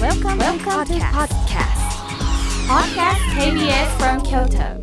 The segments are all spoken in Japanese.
Welcome to podcast. Podcast KBS from Kyoto.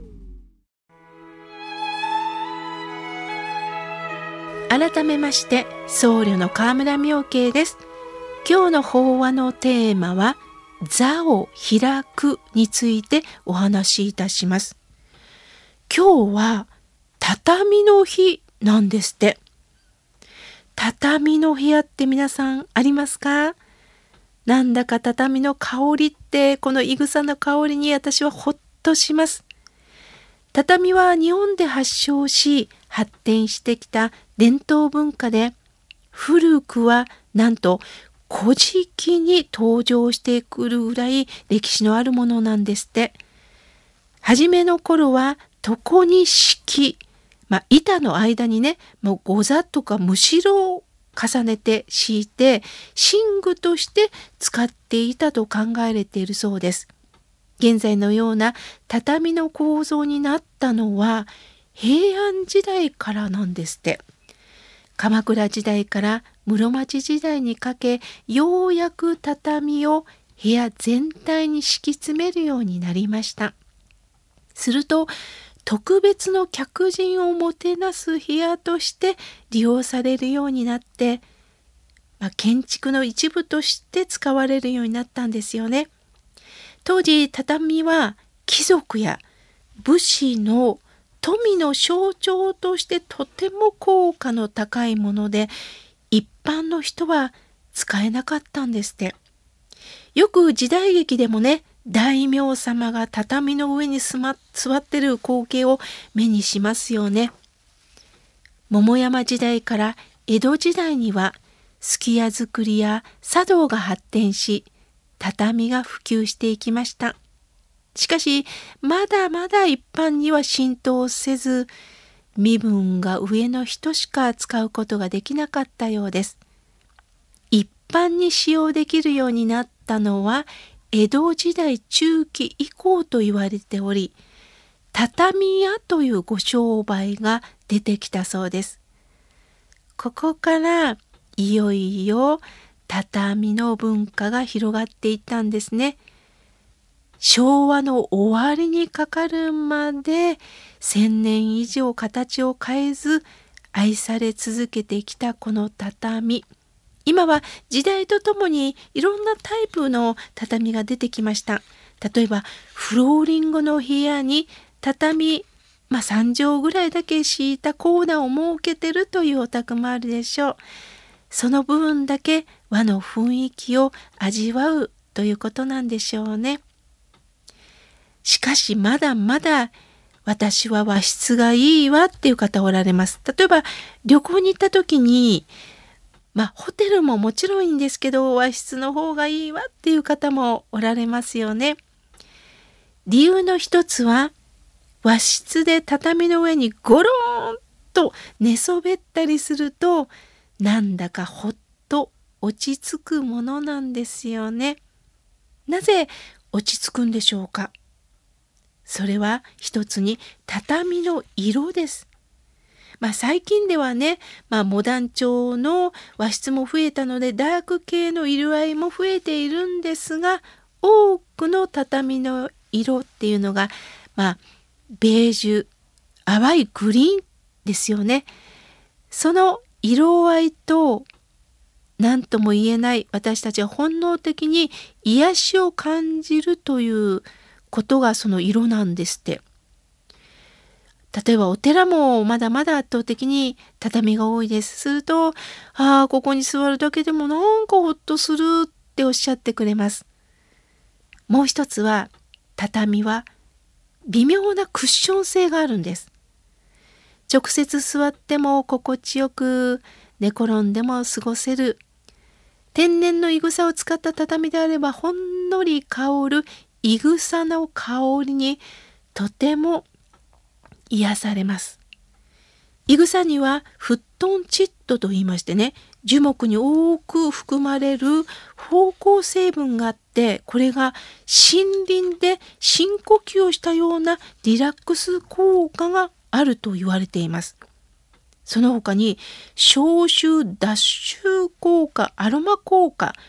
改めまして僧侶の河村妙慶です。今日の法話のテーマは座を開くについてお話しいたします。今日は畳の日なんですって。畳の部屋って皆さんありますか？なんだか畳の香りってこのいぐさの香りに私はほっとします。畳は日本で発祥し発展してきた伝統文化で、古くはなんと古事記に登場してくるぐらい歴史のあるものなんですって。初めの頃は床に敷き、板の間にね、もうござとかむしろを重ねて敷いて寝具として使っていたと考えられているそうです。現在のような畳の構造になったのは平安時代からなんですって。鎌倉時代から室町時代にかけ、ようやく畳を部屋全体に敷き詰めるようになりました。すると特別の客人をもてなす部屋として利用されるようになって、建築の一部として使われるようになったんですよね。当時畳は貴族や武士の富の象徴としてとても効果の高いもので、一般の人は使えなかったんですって。よく時代劇でもね、大名様が畳の上に座ってる光景を目にしますよね。桃山時代から江戸時代には数寄屋作りや茶道が発展し、畳が普及していきました。しかしまだまだ一般には浸透せず、身分が上の人しか使うことができなかったようです。一般に使用できるようになったのは江戸時代中期以降と言われており、畳屋というご商売が出てきたそうです。ここからいよいよ畳の文化が広がっていったんですね。昭和の終わりにかかるまで1000年以上形を変えず愛され続けてきたこの畳。今は時代とともにいろんなタイプの畳が出てきました。例えばフローリングの部屋に畳、3畳ぐらいだけ敷いたコーナーを設けてるというお宅もあるでしょう。その部分だけ和の雰囲気を味わうということなんでしょうね。しかしまだまだ私は和室がいいわっていう方おられます。例えば旅行に行った時に、ホテルももちろんいいんですけど、和室の方がいいわっていう方もおられますよね。理由の一つは、和室で畳の上にゴローンと寝そべったりすると、なんだかほっと落ち着くものなんですよね。なぜ落ち着くんでしょうか。それは一つに畳の色です。最近ではね、モダン調の和室も増えたのでダーク系の色合いも増えているんですが、多くの畳の色っていうのが、ベージュ、淡いグリーンですよね。その色合いと何とも言えない私たちは本能的に癒しを感じるということがその色なんですって。例えばお寺もまだまだ圧倒的に畳が多いです。すると、ここに座るだけでもなんかほっとするっておっしゃってくれます。もう一つは、畳は微妙なクッション性があるんです。直接座っても心地よく、寝転んでも過ごせる。天然のいぐさを使った畳であればほんのり香るいぐさの香りにとても癒されます。いぐさにはフットンチッドと言いましてね、樹木に多く含まれる芳香成分があって、これが森林で深呼吸をしたようなリラックス効果があると言われています。その他に消臭脱臭効果、アロマ効果、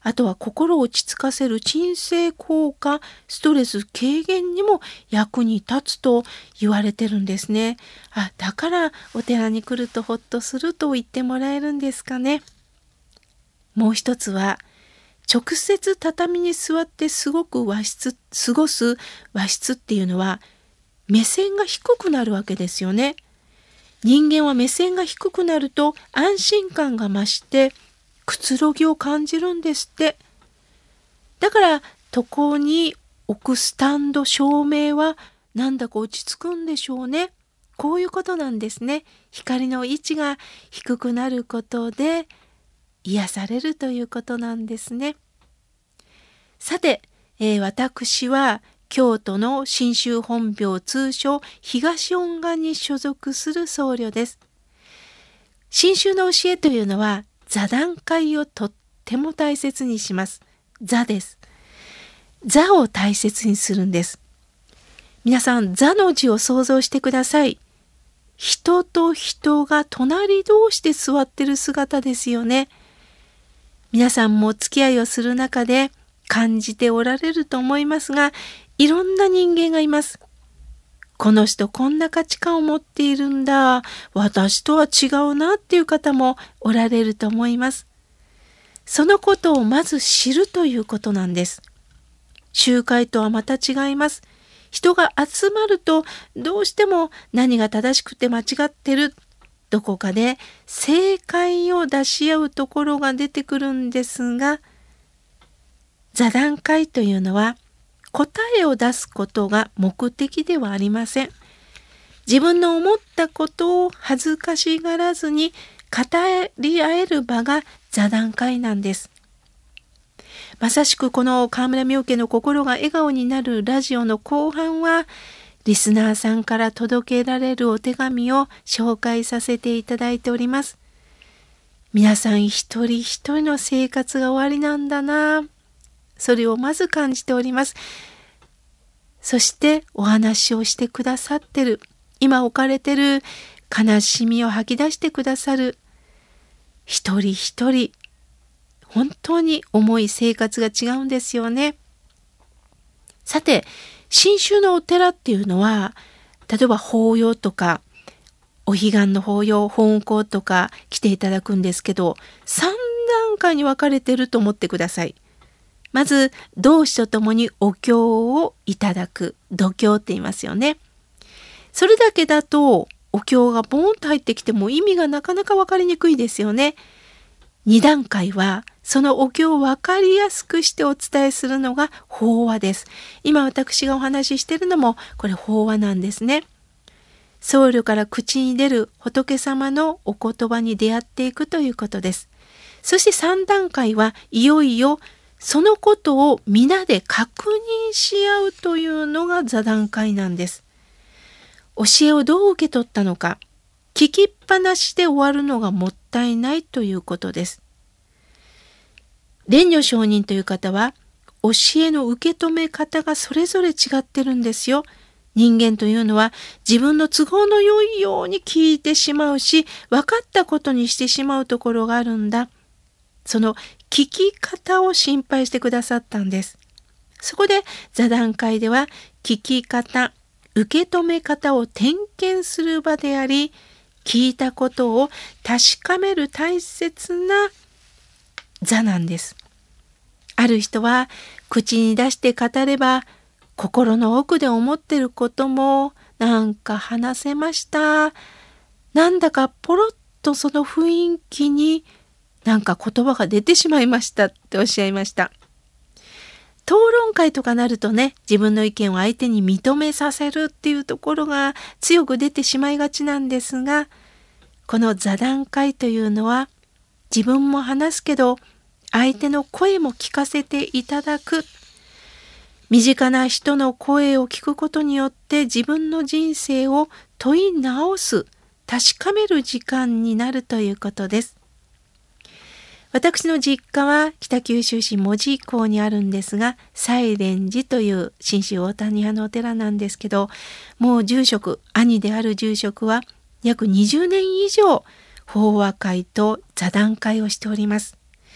あとは心を落ち着かせる鎮静効果、ストレス軽減にも役に立つと言われてるんですね。だからお寺に来るとほっとすると言ってもらえるんですかね。もう一つは、直接畳に座って過ごす和室っていうのは目線が低くなるわけですよね。人間は目線が低くなると安心感が増してくつろぎを感じるんですって。だから床に置くスタンド照明はなんだか落ち着くんでしょうね。こういうことなんですね。光の位置が低くなることで癒されるということなんですね。さて、私は京都の真宗本廟、通称東恩願に所属する僧侶です。真宗の教えというのは座談会をとっても大切にします。座です。座を大切にするんです。皆さん、座の字を想像してください。人と人が隣同士で座ってる姿ですよね。皆さんも付き合いをする中で感じておられると思いますが、いろんな人間がいます。この人こんな価値観を持っているんだ、私とは違うなっていう方もおられると思います。そのことをまず知るということなんです。集会とはまた違います。人が集まるとどうしても何が正しくて間違ってる、どこかで正解を出し合うところが出てくるんですが、座談会というのは答えを出すことが目的ではありません。自分の思ったことを恥ずかしがらずに語り合える場が座談会なんです。まさしくこの川村妙家の心が笑顔になるラジオの後半は、リスナーさんから届けられるお手紙を紹介させていただいております。皆さん一人一人の生活が終わりなんだな、それをまず感じております。そしてお話をしてくださってる、今置かれてる悲しみを吐き出してくださる一人一人、本当に重い生活が違うんですよね。さて、真宗のお寺っていうのは、例えば法要とかお彼岸の法要、本香とか来ていただくんですけど、3段階に分かれてると思ってください。まず同志とともにお経をいただく、度経って言いますよね。それだけだとお経がボーンと入ってきても意味がなかなか分かりにくいですよね。2段階はそのお経を分かりやすくしてお伝えするのが法話です。今私がお話ししているのもこれ法話なんですね。僧侶から口に出る仏様のお言葉に出会っていくということです。そして3段階はいよいよそのことを皆で確認し合うというのが座談会なんです。教えをどう受け取ったのか、聞きっぱなしで終わるのがもったいないということです。蓮如上人という方は、教えの受け止め方がそれぞれ違ってるんですよ。人間というのは自分の都合の良いように聞いてしまうし、分かったことにしてしまうところがあるんだ。その聞き方を心配してくださったんです。そこで座談会では聞き方、受け止め方を点検する場であり、聞いたことを確かめる大切な座なんです。ある人は口に出して語れば心の奥で思ってることもなんか話せました。なんだかポロッとその雰囲気になんか言葉が出てしまいましたっておっしゃいました。討論会とかなるとね、自分の意見を相手に認めさせるっていうところが強く出てしまいがちなんですが、この座談会というのは自分も話すけど相手の声も聞かせていただく。身近な人の声を聞くことによって自分の人生を問い直す、確かめる時間になるということです。私の実家は北九州市門司港にあるんですが、西蓮寺という真宗大谷派のお寺なんですけど、もう住職、兄である住職は約20年以上法話会と座談会をしております。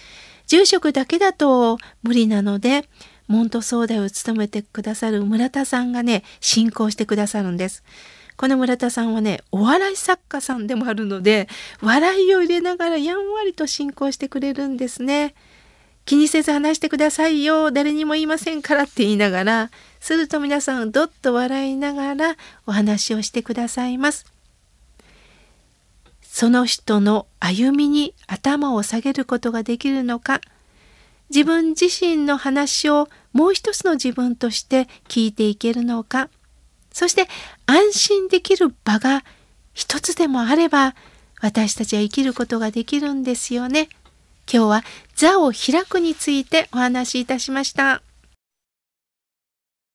住職だけだと無理なので、門徒総代を務めてくださる村田さんがね、進行してくださるんです。この村田さんはね、お笑い作家さんでもあるので、笑いを入れながらやんわりと進行してくれるんですね。気にせず話してくださいよ、誰にも言いませんからって言いながら、すると皆さんどっと笑いながらお話をしてくださいます。その人の歩みに頭を下げることができるのか、自分自身の話をもう一つの自分として聞いていけるのか、そして安心できる場が一つでもあれば、私たちは生きることができるんですよね。今日は座を開くについてお話しいたしました。